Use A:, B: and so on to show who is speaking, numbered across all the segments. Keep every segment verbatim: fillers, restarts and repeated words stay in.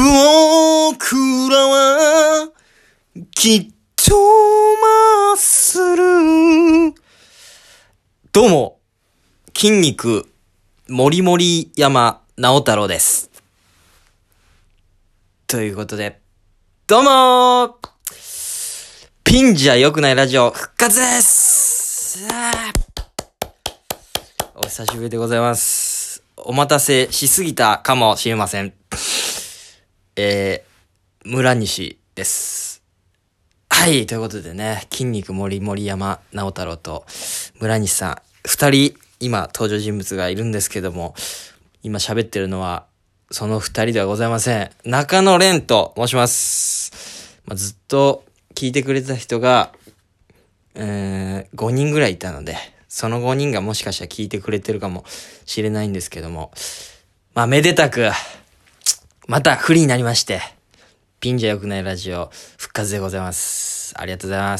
A: 僕らはきっとマッスル。どうも、筋肉もりもり山直太朗です。ということで、どうもー、ピンじゃ良くないラジオ復活です。お久しぶりでございます。お待たせしすぎたかもしれません。えー、村西です。はい、ということでね、筋肉もりもり山直太朗と村西さん、二人今登場人物がいるんですけども、今喋ってるのはその二人ではございません。中野蓮と申します。まあ、ずっと聞いてくれてた人が、えー、ごにんぐらいいたので、そのごにんがもしかしたら聞いてくれてるかもしれないんですけども、まあ、めでたく、またフリーになりまして、ピンじゃ良くないラジオ復活でございます。ありがとうございます。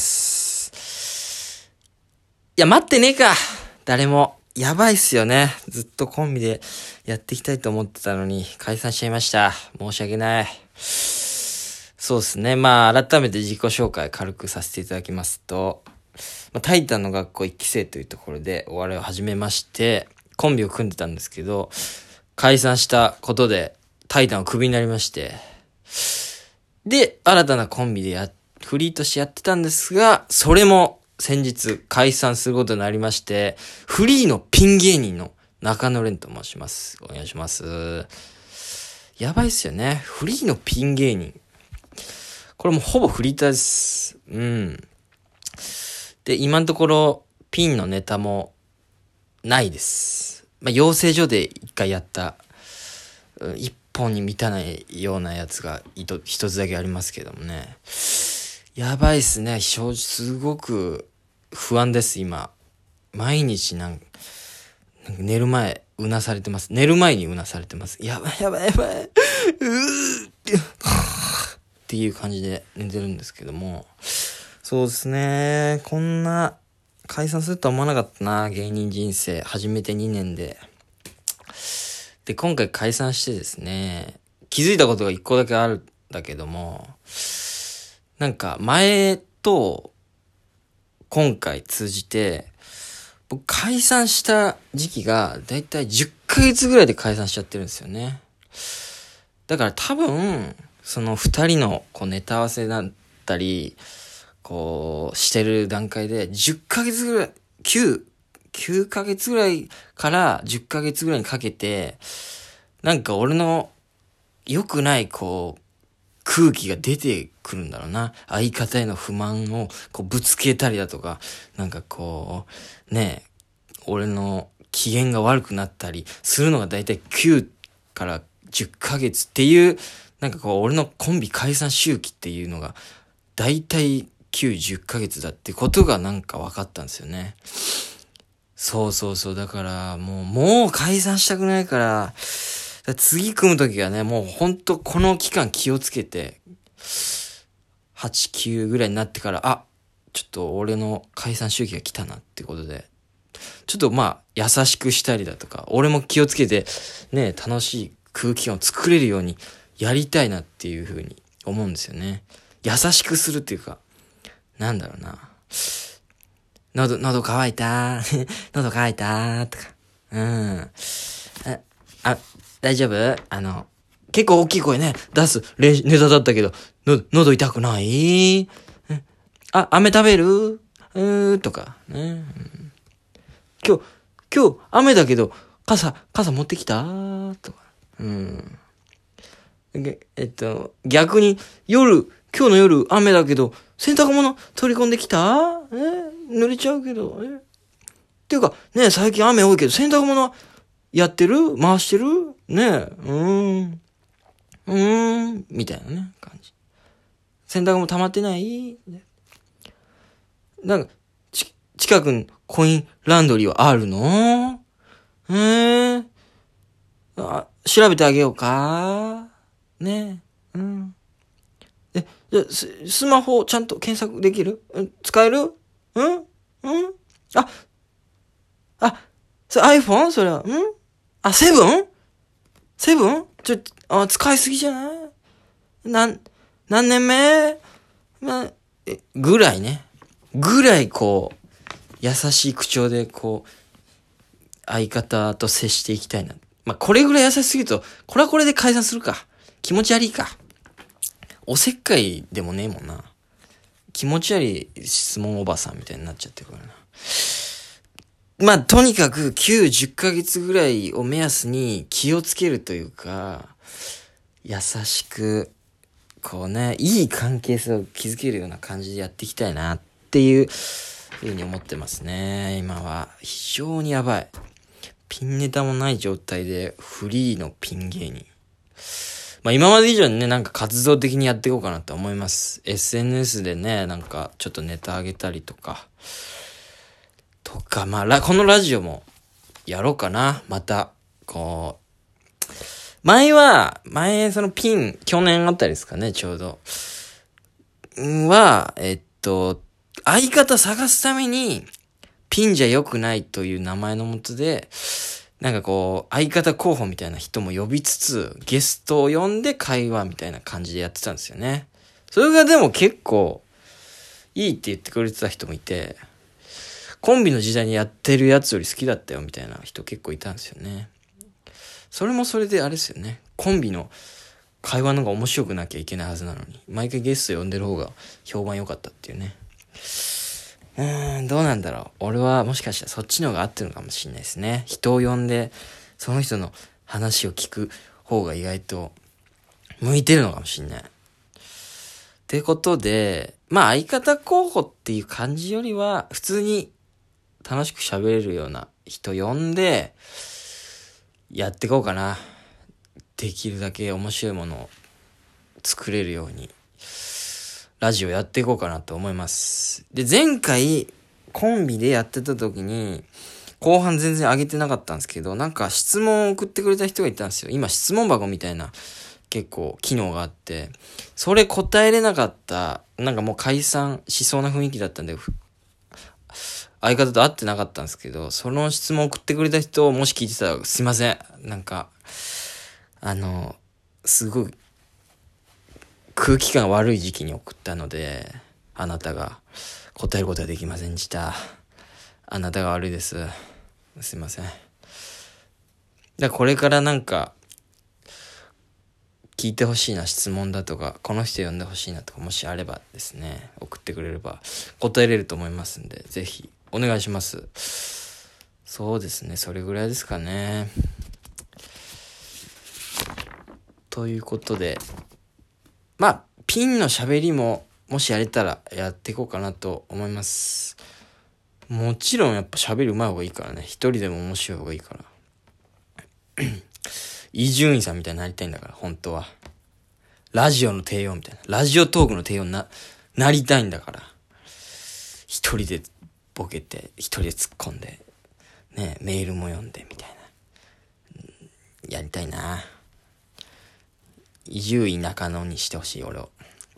A: いや、待ってねえか。誰も。やばいっすよね。ずっとコンビでやっていきたいと思ってたのに解散しちゃいました。申し訳ない。そうですね。まあ、改めて自己紹介軽くさせていただきますと、まあ、タイタンの学校いっき生というところでお笑いを始めまして、コンビを組んでたんですけど、解散したことでタイタンをクビになりまして、で、新たなコンビでや、フリーとしてやってたんですが、それも先日解散することになりまして、フリーのピン芸人の中野蓮と申します。お願いします。やばいっすよね。フリーのピン芸人。これもうほぼフリーターです。うん。で、今のところピンのネタもないです。まあ、養成所で一回やった、一本に満たないようなやつが一つだけありますけどもね。やばいっすね。すごく不安です、今。毎日なんか、なんか寝る前、うなされてます。寝る前にうなされてます。やばいやばいやばい。うーってっていう感じで寝てるんですけども。そうですね。こんな解散するとは思わなかったな。芸人人生始めてにねんで。で、今回解散してですね、気づいたことが一個だけあるんだけども、なんか前と今回通じて、僕解散した時期がだいたいじゅっかげつぐらいで解散しちゃってるんですよね。だから多分、その二人のこうネタ合わせだったり、こうしてる段階でじゅっかげつぐらい、きゅう、きゅうかげつぐらいからじゅっかげつぐらいにかけて、なんか俺の良くないこう空気が出てくるんだろうな。相方への不満をこうぶつけたりだとか、なんかこうね、俺の機嫌が悪くなったりするのがだいたいきゅうからじゅっかげつっていう、なんかこう俺のコンビ解散周期っていうのがだいたいきゅう、じゅっかげつだってことがなんか分かったんですよね。そうそうそう。だからもう、もう解散したくないから、から次組むときはね、もうほんとこの期間気をつけて、はち、きゅうぐらいになってから、あ、ちょっと俺の解散周期が来たなってことで、ちょっとまあ、優しくしたりだとか、俺も気をつけて、ね、楽しい空気感を作れるようにやりたいなっていう風に思うんですよね。優しくするっていうか、なんだろうな。喉、喉乾いたー。喉乾いたーとか。うん。あ、あ大丈夫？あの、結構大きい声ね、出すネタだったけど、の、喉痛くない？あ、飴食べる？うーとか、ね、うん。今日、今日雨だけど、傘、傘持ってきた？とか。うん。えっと、逆に、夜、今日の夜雨だけど、洗濯物取り込んできた？え濡れちゃうけど、えっていうか、ね、最近雨多いけど、洗濯物やってる？回してる？ねえ、うーん。うーん、みたいなね、感じ。洗濯も溜まってない？なんか、ち、近くにコインランドリーはあるの？えー、あ、調べてあげようか？ねえ、うん。え、じゃ、ス、スマホちゃんと検索できる？使える？うんうんあ、あ、それ iPhone？ それは、んあ、セブン？セブン？ちょ、あ、使いすぎじゃない？ なん、何年目まあ、え、ぐらいね。ぐらいこう、優しい口調でこう、相方と接していきたいな。まあ、これぐらい優しすぎると、これはこれで解散するか。気持ち悪いか。おせっかいでもねえもんな。気持ち悪い質問おばさんみたいになっちゃってるからな。まあ、とにかくきゅう、じゅっかげつぐらいを目安に気をつけるというか、優しく、こうね、いい関係性を築けるような感じでやっていきたいなっていうふうに思ってますね。今は非常にやばい。ピンネタもない状態でフリーのピン芸人。まあ今まで以上にね、なんか活動的にやっていこうかなと思います。エスエヌエス でね、なんかちょっとネタ上げたりとか。とか、まあ、このラジオもやろうかな。また、こう。前は、前そのピン、去年あたりですかね、ちょうど。は、えっと、相方探すために、ピンじゃ良くないという名前のもとで、なんかこう、相方候補みたいな人も呼びつつ、ゲストを呼んで会話みたいな感じでやってたんですよね。それがでも結構、いいって言ってくれてた人もいて、コンビの時代にやってるやつより好きだったよみたいな人結構いたんですよね。それもそれであれですよね。コンビの会話の方が面白くなきゃいけないはずなのに、毎回ゲスト呼んでる方が評判良かったっていうね。うーん、どうなんだろう。俺はもしかしたらそっちの方が合ってるのかもしれないですね。人を呼んで、その人の話を聞く方が意外と向いてるのかもしれない。ってことで、まあ相方候補っていう感じよりは、普通に楽しく喋れるような人呼んで、やっていこうかな。できるだけ面白いものを作れるように、ラジオやっていこうかなと思います。で、前回、コンビでやってた時に、後半全然上げてなかったんですけど、なんか質問を送ってくれた人がいたんですよ。今質問箱みたいな、結構機能があって、それ答えれなかった、なんかもう解散しそうな雰囲気だったんで、相方と会ってなかったんですけど、その質問送ってくれた人、もし聞いてたらすいません。なんか、あの、すごい、空気感悪い時期に送ったので、あなたが答えることはできませんでした。あなたが悪いです。すいません。だからこれからなんか、聞いてほしいな質問だとか、この人呼んでほしいなとか、もしあればですね、送ってくれれば答えれると思いますんで、ぜひお願いします。そうですね、それぐらいですかね。ということで、まあ、ピンの喋りも、もしやれたらやっていこうかなと思います。もちろんやっぱ喋る上手い方がいいからね。一人でも面白い方がいいから。伊集院さんみたいになりたいんだから、本当は。ラジオの帝王みたいな。ラジオトークの帝王にな、なりたいんだから。一人でボケて、一人で突っ込んで、ね、メールも読んでみたいな。やりたいな。伊集院中野にしてほしい、俺を。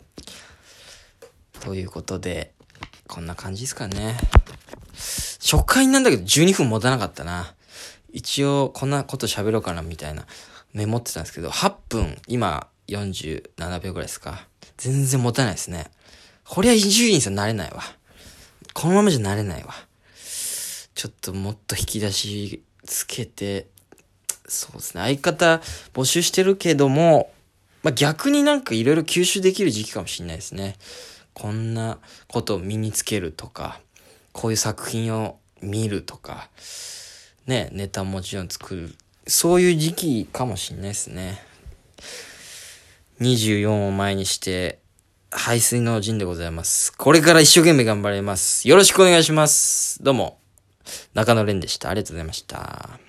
A: ということで、こんな感じですかね。初回なんだけどじゅうにふん持たなかったな。一応こんなこと喋ろうかなみたいなメモってたんですけど、はっぷん、今よんじゅうななびょうぐらいですか。全然持たないですね。こりゃ伊集院さんなれないわ。このままじゃなれないわ。ちょっともっと引き出しつけて、そうですね。相方募集してるけども、まあ、逆になんかいろいろ吸収できる時期かもしれないですね。こんなことを身につけるとか、こういう作品を見るとか、ね、ネタもちろん作る。そういう時期かもしれないですね。にじゅうよんを前にして、排水の陣でございます。これから一生懸命頑張ります。よろしくお願いします。どうも、中野蓮でした。ありがとうございました。